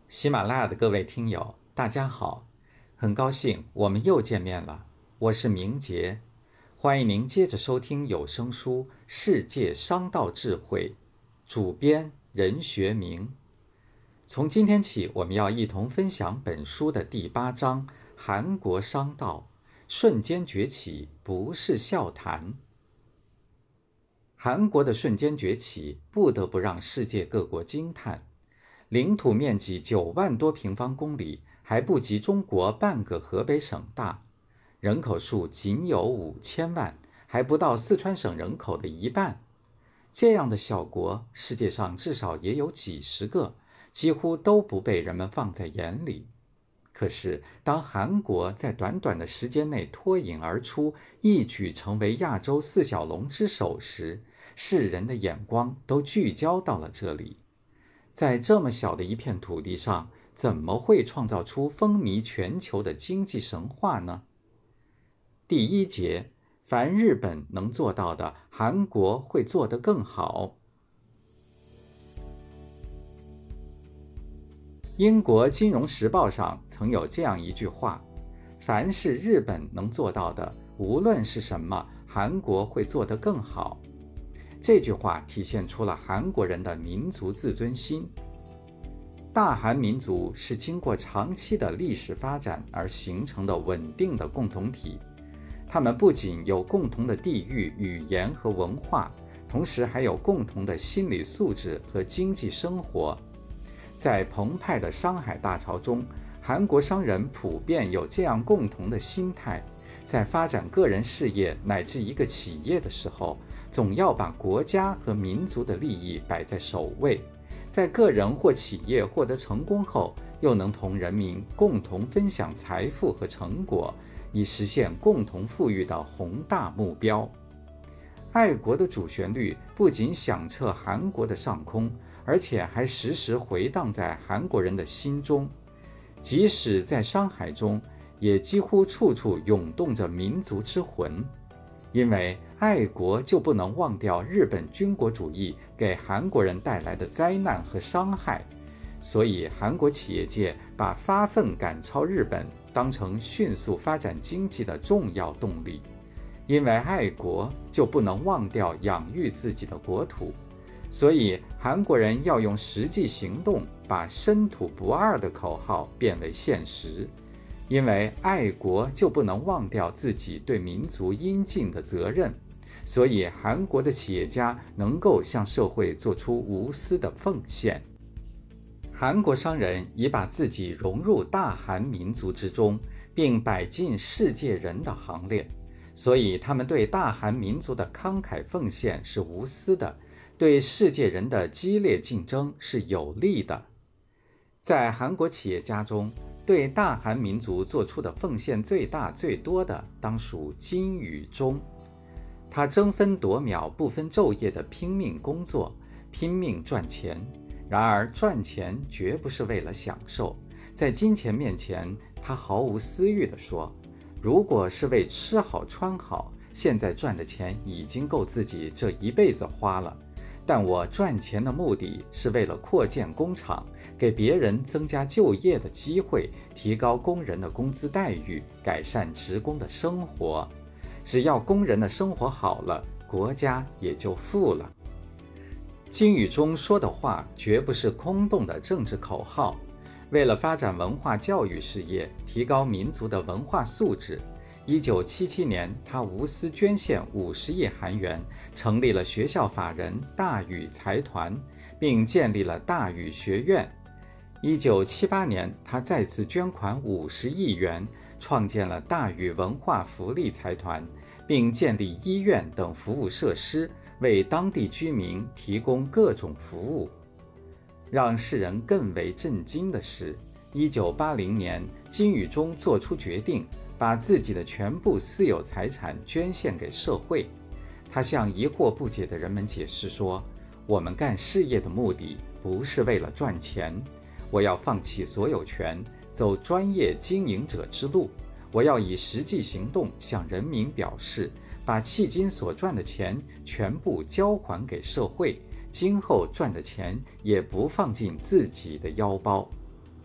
喜马拉雅的各位听友，大家好，很高兴我们又见面了。我是明杰，欢迎您接着收听有声书《世界商道智慧》，主编任学明。从今天起，我们要一同分享本书的第8章：韩国商道瞬间崛起，不是笑谈。韩国的瞬间崛起，不得不让世界各国惊叹。领土面积9万多平方公里，还不及中国半个河北省大，人口数仅有5000万，还不到四川省人口的一半。这样的小国，世界上至少也有几十个，几乎都不被人们放在眼里。可是，当韩国在短短的时间内脱颖而出，一举成为亚洲4小龙之首时，世人的眼光都聚焦到了这里。在这么小的一片土地上，怎么会创造出风靡全球的经济神话呢？第1节，凡日本能做到的，韩国会做得更好。英国金融时报上曾有这样一句话：凡是日本能做到的，无论是什么，韩国会做得更好。这句话体现出了韩国人的民族自尊心。大韩民族是经过长期的历史发展而形成的稳定的共同体，他们不仅有共同的地域、语言和文化，同时还有共同的心理素质和经济生活。在澎湃的商海大潮中，韩国商人普遍有这样共同的心态，在发展个人事业乃至一个企业的时候，总要把国家和民族的利益摆在首位，在个人或企业获得成功后，又能同人民共同分享财富和成果，以实现共同富裕的宏大目标。爱国的主旋律不仅响彻韩国的上空，而且还时时回荡在韩国人的心中。即使在商海中，也几乎处处涌动着民族之魂。因为爱国就不能忘掉日本军国主义给韩国人带来的灾难和伤害，所以韩国企业界把发奋赶超日本当成迅速发展经济的重要动力。因为爱国就不能忘掉养育自己的国土，所以韩国人要用实际行动把身土不二的口号变为现实。因为爱国就不能忘掉自己对民族应尽的责任，所以韩国的企业家能够向社会做出无私的奉献。韩国商人已把自己融入大韩民族之中，并摆进世界人的行列，所以他们对大韩民族的慷慨奉献是无私的，对世界人的激烈竞争是有利的。在韩国企业家中，对大韩民族做出的奉献最大最多的，当属金宇中。他争分夺秒、不分昼夜地拼命工作，拼命赚钱。然而赚钱绝不是为了享受，在金钱面前，他毫无私欲地说：如果是为吃好穿好，现在赚的钱已经够自己这一辈子花了。但我赚钱的目的是为了扩建工厂，给别人增加就业的机会，提高工人的工资待遇，改善职工的生活。只要工人的生活好了，国家也就富了。金宇中说的话绝不是空洞的政治口号。为了发展文化教育事业，提高民族的文化素质，1977年，他无私捐献50亿韩元，成立了学校法人大禹财团，并建立了大禹学院。1978年，他再次捐款50亿元，创建了大禹文化福利财团，并建立医院等服务设施，为当地居民提供各种服务。让世人更为震惊的是，1980年，金宇中做出决定，把自己的全部私有财产捐献给社会。他向疑惑不解的人们解释说：我们干事业的目的不是为了赚钱，我要放弃所有权，走专业经营者之路。我要以实际行动向人民表示，把迄今所赚的钱全部交还给社会，今后赚的钱也不放进自己的腰包。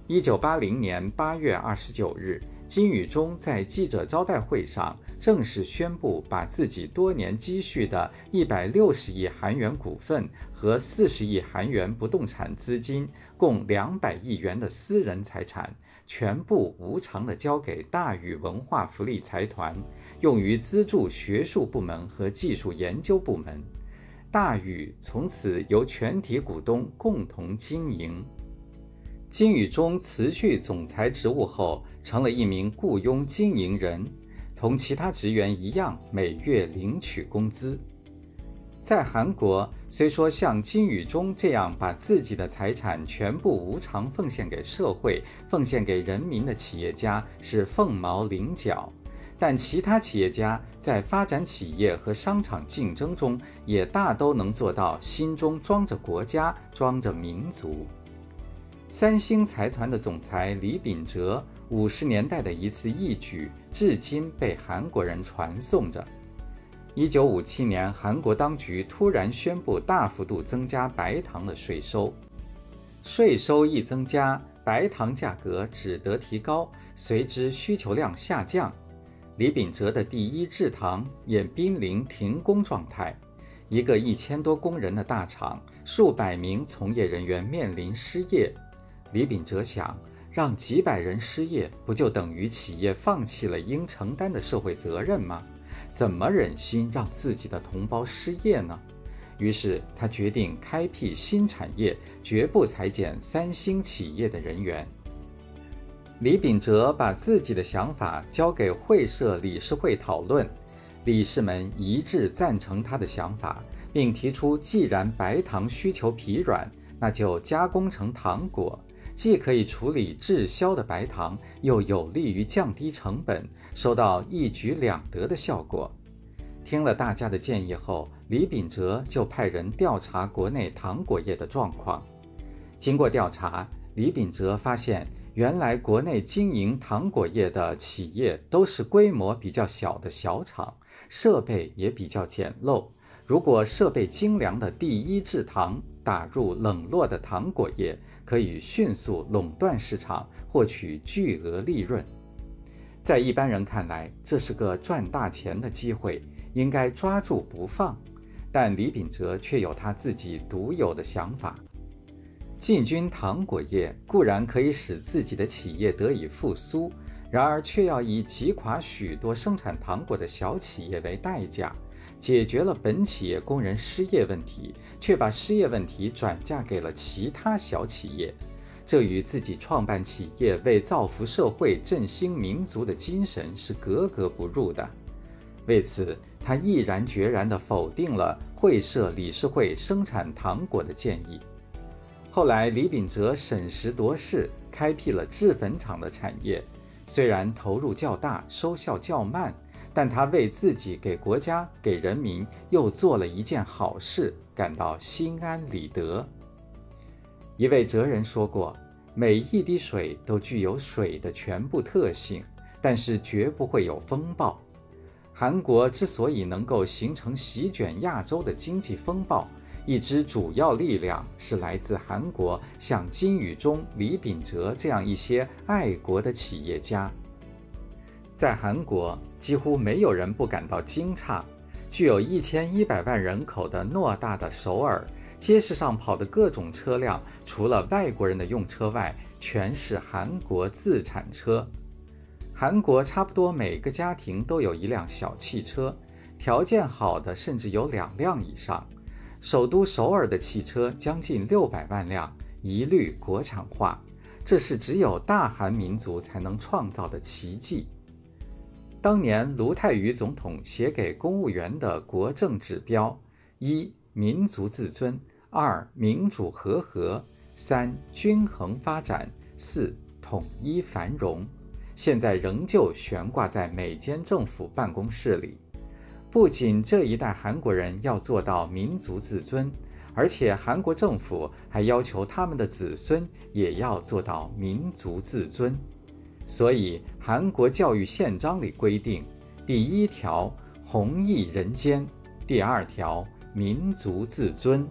1980年8月29日，金宇中在记者招待会上正式宣布，把自己多年积蓄的160亿韩元股份和40亿韩元不动产资金，共200亿元的私人财产，全部无偿地交给大宇文化福利财团，用于资助学术部门和技术研究部门。大宇从此由全体股东共同经营。金宇中辞去总裁职务后，成了一名雇佣经营人，同其他职员一样，每月领取工资。在韩国，虽说像金宇中这样把自己的财产全部无偿奉献给社会、奉献给人民的企业家是凤毛麟角，但其他企业家在发展企业和商场竞争中，也大都能做到心中装着国家，装着民族。三星财团的总裁李秉哲50年代的一次义举，至今被韩国人传颂着。1957年，韩国当局突然宣布大幅度增加白糖的税收，税收一增加，白糖价格只得提高，随之需求量下降。李秉哲的第一制糖也濒临停工状态，一个1000多工人的大厂，数百名从业人员面临失业。李秉哲想，让几百人失业，不就等于企业放弃了应承担的社会责任吗？怎么忍心让自己的同胞失业呢？于是他决定开辟新产业，绝不裁减三星企业的人员。李秉哲把自己的想法交给会社理事会讨论，理事们一致赞成他的想法，并提出，既然白糖需求疲软，那就加工成糖果，既可以处理滞销的白糖，又有利于降低成本，收到一举两得的效果。听了大家的建议后，李秉哲就派人调查国内糖果业的状况。经过调查，李秉哲发现，原来国内经营糖果业的企业都是规模比较小的小厂，设备也比较简陋。如果设备精良的第一制糖打入冷落的糖果业，可以迅速垄断市场，获取巨额利润。在一般人看来，这是个赚大钱的机会，应该抓住不放。但李秉哲却有他自己独有的想法。进军糖果业固然可以使自己的企业得以复苏，然而却要以击垮许多生产糖果的小企业为代价，解决了本企业工人失业问题，却把失业问题转嫁给了其他小企业，这与自己创办企业为造福社会、振兴民族的精神是格格不入的。为此，他毅然决然地否定了会社理事会生产糖果的建议。后来，李秉哲审时度势，开辟了制粉厂的产业，虽然投入较大，收效较慢，但他为自己、给国家、给人民又做了一件好事，感到心安理得。一位哲人说过，每一滴水都具有水的全部特性，但是绝不会有风暴。韩国之所以能够形成席卷亚洲的经济风暴，一支主要力量是来自韩国像金宇中、李秉哲这样一些爱国的企业家。在韩国，几乎没有人不感到惊诧，具有1100万人口的偌大的首尔，街市上跑的各种车辆，除了外国人的用车外，全是韩国自产车。韩国差不多每个家庭都有一辆小汽车，条件好的甚至有2辆以上。首都首尔的汽车将近600万辆，一律国产化，这是只有大韩民族才能创造的奇迹。当年卢泰愚总统写给公务员的国政指标：1. 民族自尊；2. 民主和合；3. 均衡发展；4. 统一繁荣，现在仍旧悬挂在每间政府办公室里。不仅这一代韩国人要做到民族自尊，而且韩国政府还要求他们的子孙也要做到民族自尊。所以韩国教育宪章里规定，第1条弘毅人间，第2条民族自尊。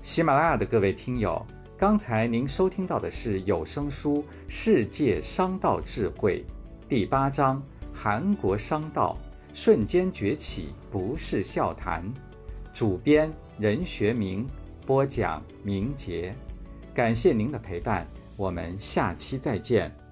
喜马拉雅的各位听友，刚才您收听到的是有声书《世界商道智慧》第8章韩国商道瞬间崛起不是笑谈，主编任学明，播讲明杰。感谢您的陪伴，我们下期再见。